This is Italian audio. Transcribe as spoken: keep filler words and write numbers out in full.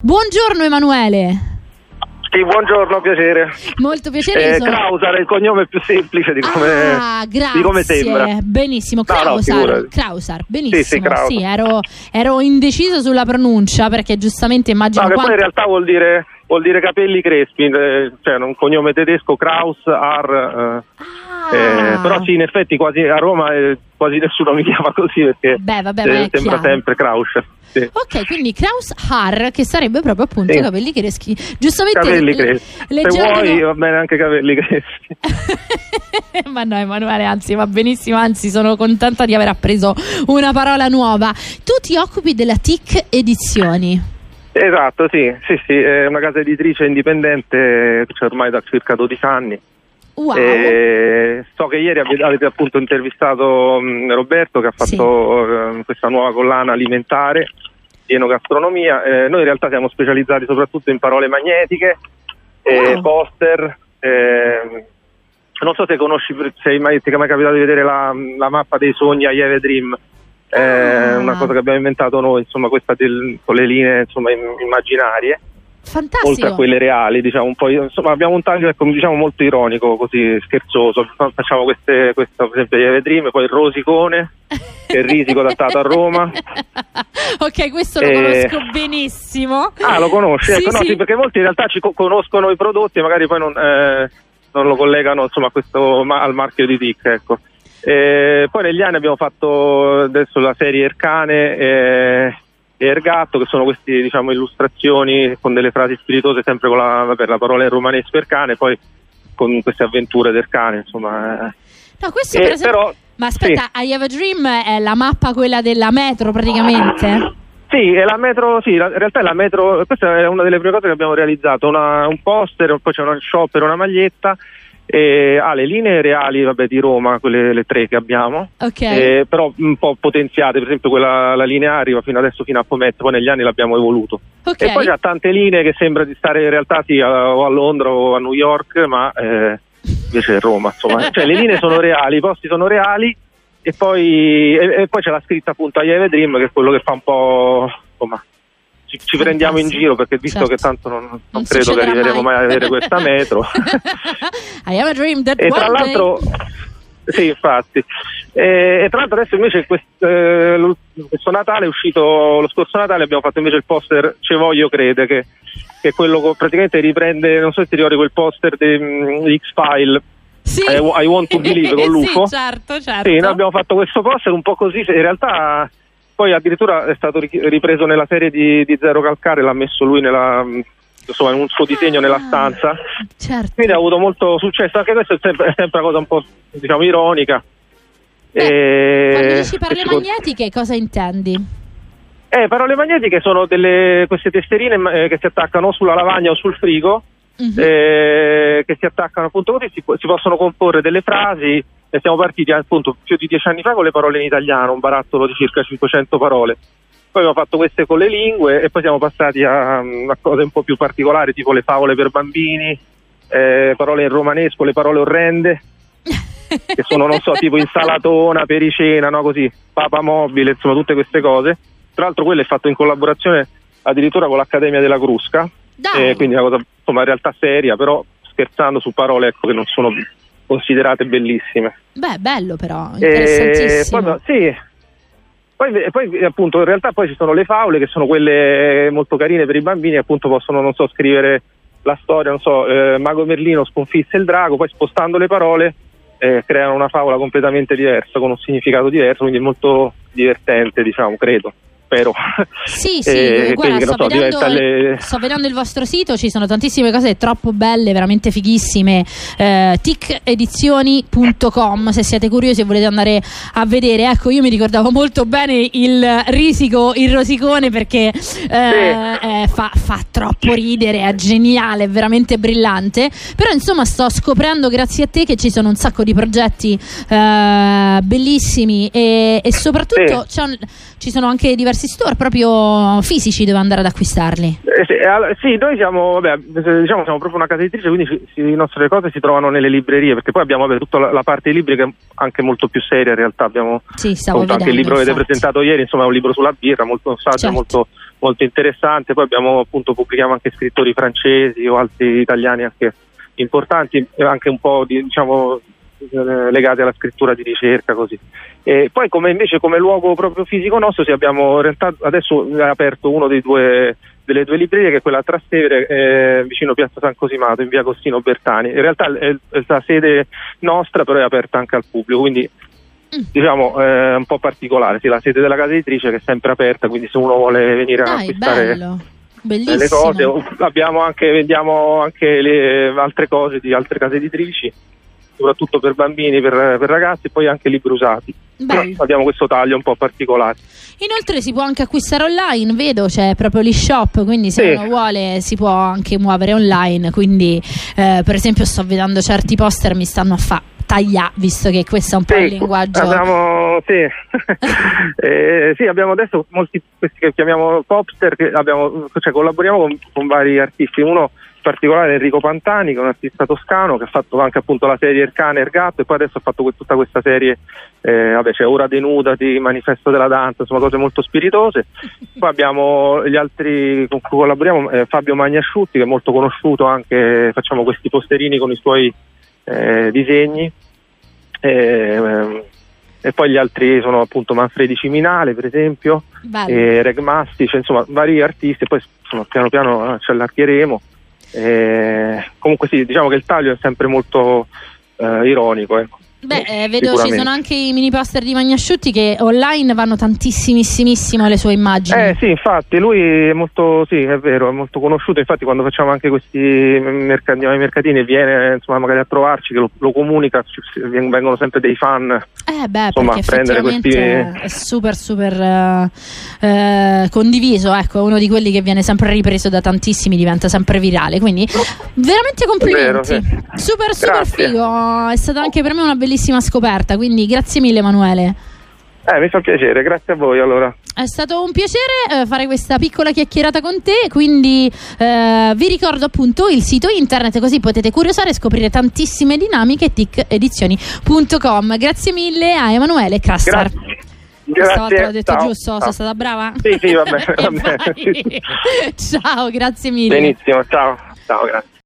Buongiorno Emanuele. Sì, buongiorno, piacere. Molto piacere. Eh, sono... Krausar è il cognome più semplice di come, ah, di come sembra. Benissimo, Krausar, no, no, Krausar, benissimo. Sì, sì, Krausar. Sì, ero, ero indeciso sulla pronuncia perché giustamente immagino. No, quanto... poi in realtà vuol dire, vuol dire capelli crespi, eh, cioè un cognome tedesco, Krausar. Eh. Ah. Eh, però sì, in effetti quasi a Roma eh, quasi nessuno mi chiama così perché Beh, vabbè, eh, sembra chiaro. sempre Kraus. Sì. Ok, quindi Kraus-Haar, che sarebbe proprio appunto sì. capelli crespi. Giustamente capelli crespi. Se vuoi va bene anche capelli crespi. Ma no Emanuele, anzi va benissimo, anzi sono contenta di aver appreso una parola nuova. Tu ti occupi della T I C Edizioni. Esatto, sì, sì, sì, è una casa editrice indipendente, c'è ormai da circa dodici anni. Wow. E so che ieri avete, avete appunto intervistato mh, Roberto che ha fatto sì. uh, questa nuova collana alimentare di enogastronomia. Eh, noi in realtà siamo specializzati soprattutto in parole magnetiche, eh, wow. poster. Eh, non so se conosci, se mai, ti è mai capitato di vedere la, la mappa dei sogni a Jeve Dream. È ah. una cosa che abbiamo inventato noi, insomma, questa del, con le linee insomma, immaginarie. Fantastico. Oltre a quelle reali, diciamo un po', insomma abbiamo un taglio diciamo molto ironico, così scherzoso. Facciamo queste, questo per esempio Jeve Dream, poi il rosicone, che è il risico adattato a Roma. Ok, questo lo e... conosco benissimo. Ah, lo conosci? Sì, ecco, sì. No, sì, perché molti in realtà ci co- conoscono i prodotti e magari poi non, eh, non lo collegano insomma a questo, ma, al marchio di T I C, ecco. E poi negli anni abbiamo fatto adesso la serie Ercane e Ergatto, che sono queste diciamo illustrazioni con delle frasi spiritose sempre con la, vabbè, la parola in romanesco Ercane, poi con queste avventure d'Ercane insomma. No, questo eh, per esempio... però, ma aspetta, sì. I Have a Dream è la mappa quella della metro praticamente? Sì, è la metro, sì, la, in realtà è la metro, questa è una delle prime cose che abbiamo realizzato, una, un poster, poi c'è una shopper, una maglietta. E ha ah, le linee reali vabbè, di Roma, quelle le tre che abbiamo, okay. eh, però un po' potenziate, per esempio quella la linea arriva fino adesso fino a Pomezia, poi negli anni l'abbiamo evoluto. Okay. E poi c'ha tante linee che sembra di stare in realtà sì, a, o a Londra o a New York, ma eh, invece è Roma, insomma. Cioè le linee sono reali, i posti sono reali e poi, e, e poi c'è la scritta appunto a Jeve Dream, che è quello che fa un po' insomma. Ci, ci prendiamo in giro perché visto certo. che tanto non, non, non credo che arriveremo mai. mai a vedere questa metro. I have a dream that e tra l'altro sì infatti e, e tra l'altro adesso invece questo, eh, questo Natale è uscito, lo scorso Natale abbiamo fatto invece il poster Ce voglio crede, che, che è quello che praticamente riprende, non so se ti ricordi quel poster di X-File. Sì. eh, I want to believe con l'U F O. Sì, certo, certo. Sì, noi abbiamo fatto questo poster un po' così, in realtà poi addirittura è stato ripreso nella serie di, di Zero Calcare, l'ha messo lui nella, insomma, in un suo disegno ah, nella stanza. Certo. Quindi ha avuto molto successo, anche questo è sempre, è sempre una cosa un po' diciamo ironica. Beh, e, quando dici parole magnetiche cosa intendi? Eh, parole magnetiche sono delle queste tesserine eh, che si attaccano o sulla lavagna o sul frigo, uh-huh. eh, che si attaccano appunto così, si, si possono comporre delle frasi. E siamo partiti appunto più di dieci anni fa con le parole in italiano, un barattolo di circa cinquecento parole. Poi abbiamo fatto queste con le lingue e poi siamo passati a, a cose un po' più particolari, tipo le favole per bambini, eh, parole in romanesco, le parole orrende, che sono, non so, tipo insalatona, pericena, no, così, papa mobile, insomma tutte queste cose. Tra l'altro quello è fatto in collaborazione addirittura con l'Accademia della Crusca, eh, quindi una cosa insomma in realtà seria, però scherzando su parole ecco, che non sono considerate bellissime. Beh, bello però, interessantissimo. E poi, sì, poi, poi appunto in realtà poi ci sono le favole che sono quelle molto carine per i bambini, appunto possono non so scrivere la storia, non so, eh, Mago Merlino sconfisse il drago, poi spostando le parole eh, creano una favola completamente diversa con un significato diverso, quindi è molto divertente, diciamo, credo. Spero. Sì, sì, eh, guarda, sto, so, vedendo, le... sto vedendo il vostro sito, ci sono tantissime cose troppo belle, veramente fighissime. eh, T I C edizioni punto com se siete curiosi e volete andare a vedere. Ecco, io mi ricordavo molto bene il risico, il rosicone, perché eh, sì. eh, fa, fa troppo ridere, è geniale, è veramente brillante. Però insomma sto scoprendo grazie a te che ci sono un sacco di progetti eh, bellissimi e, e soprattutto sì. c'è un, ci sono anche diversi store proprio fisici dove andare ad acquistarli. Eh, sì, allora, sì, noi siamo, vabbè, diciamo siamo proprio una casa editrice, quindi ci, ci, le nostre cose si trovano nelle librerie, perché poi abbiamo vabbè, tutta la, la parte dei libri che è anche molto più seria in realtà. Abbiamo sì, stavo appunto, vedendo, anche il libro che avete infatti. presentato ieri, insomma è un libro sulla birra, molto saggio, certo. molto molto interessante. Poi abbiamo appunto pubblichiamo anche scrittori francesi o altri italiani anche importanti, anche un po' di, diciamo legati alla scrittura di ricerca, così. E poi come invece come luogo proprio fisico nostro, sì, abbiamo in realtà adesso è aperto uno dei due delle due librerie, che è quella a Trastevere, eh, vicino Piazza San Cosimato, in via Agostino Bertani. In realtà è, è la sede nostra, però è aperta anche al pubblico, quindi diciamo è un po' particolare, sì, la sede della casa editrice che è sempre aperta, quindi se uno vuole venire Dai, a acquistare bello. le cose, abbiamo anche vendiamo anche le altre cose di altre case editrici, soprattutto per bambini, per, per ragazzi, e poi anche libri usati. Però abbiamo questo taglio un po' particolare. Inoltre si può anche acquistare online, vedo c'è proprio l'e-shop, quindi se sì. uno vuole si può anche muovere online, quindi eh, per esempio sto vedendo certi poster mi stanno a fa taglia, visto che questo è un po' sì, il linguaggio. Abbiamo, sì. eh, sì, abbiamo adesso molti questi che chiamiamo popster, che abbiamo, cioè collaboriamo con, con vari artisti. Uno in particolare Enrico Pantani, che è un artista toscano che ha fatto anche appunto la serie Il cane e il gatto, e poi adesso ha fatto tutta questa serie, eh, vabbè, c'è Ora denudati, Manifesto della danza, insomma cose molto spiritose. Poi abbiamo gli altri con cui collaboriamo, eh, Fabio Magnasciutti, che è molto conosciuto, anche facciamo questi posterini con i suoi eh, disegni, eh, e poi gli altri sono appunto Manfredi Ciminale, per esempio, e Reg Mastic, insomma vari artisti, e poi insomma, piano piano eh, ci allargheremo. Eh, comunque sì, diciamo che il taglio è sempre molto eh, ironico, ecco. Beh, eh, vedo ci sono anche i mini poster di Magnasciutti che online vanno tantissimissimo le sue immagini. Eh sì, infatti lui è molto, sì, è vero, è molto conosciuto. Infatti quando facciamo anche questi mercatini, ai mercatini, viene insomma magari a trovarci, che lo, lo comunica, vengono sempre dei fan. Eh beh, insomma, perché a prendere effettivamente questi... è super super uh, uh, condiviso, ecco, è uno di quelli che viene sempre ripreso da tantissimi, diventa sempre virale, quindi veramente complimenti. Vero, sì. Super super Grazie. Figo, è stata anche per me una bellissima scoperta, quindi grazie mille Emanuele. Eh, mi fa piacere, grazie a voi allora. È stato un piacere eh, fare questa piccola chiacchierata con te, quindi eh, vi ricordo appunto il sito internet, così potete curiosare e scoprire tantissime dinamiche, tic edizioni punto com. Grazie mille a Emanuele Crastar. Grazie. Questa volta l'ho detto ciao, giusto, ciao. sono stata brava? Sì, sì, vabbè, vabbè. Ciao, grazie mille. Benissimo, ciao, ciao, grazie.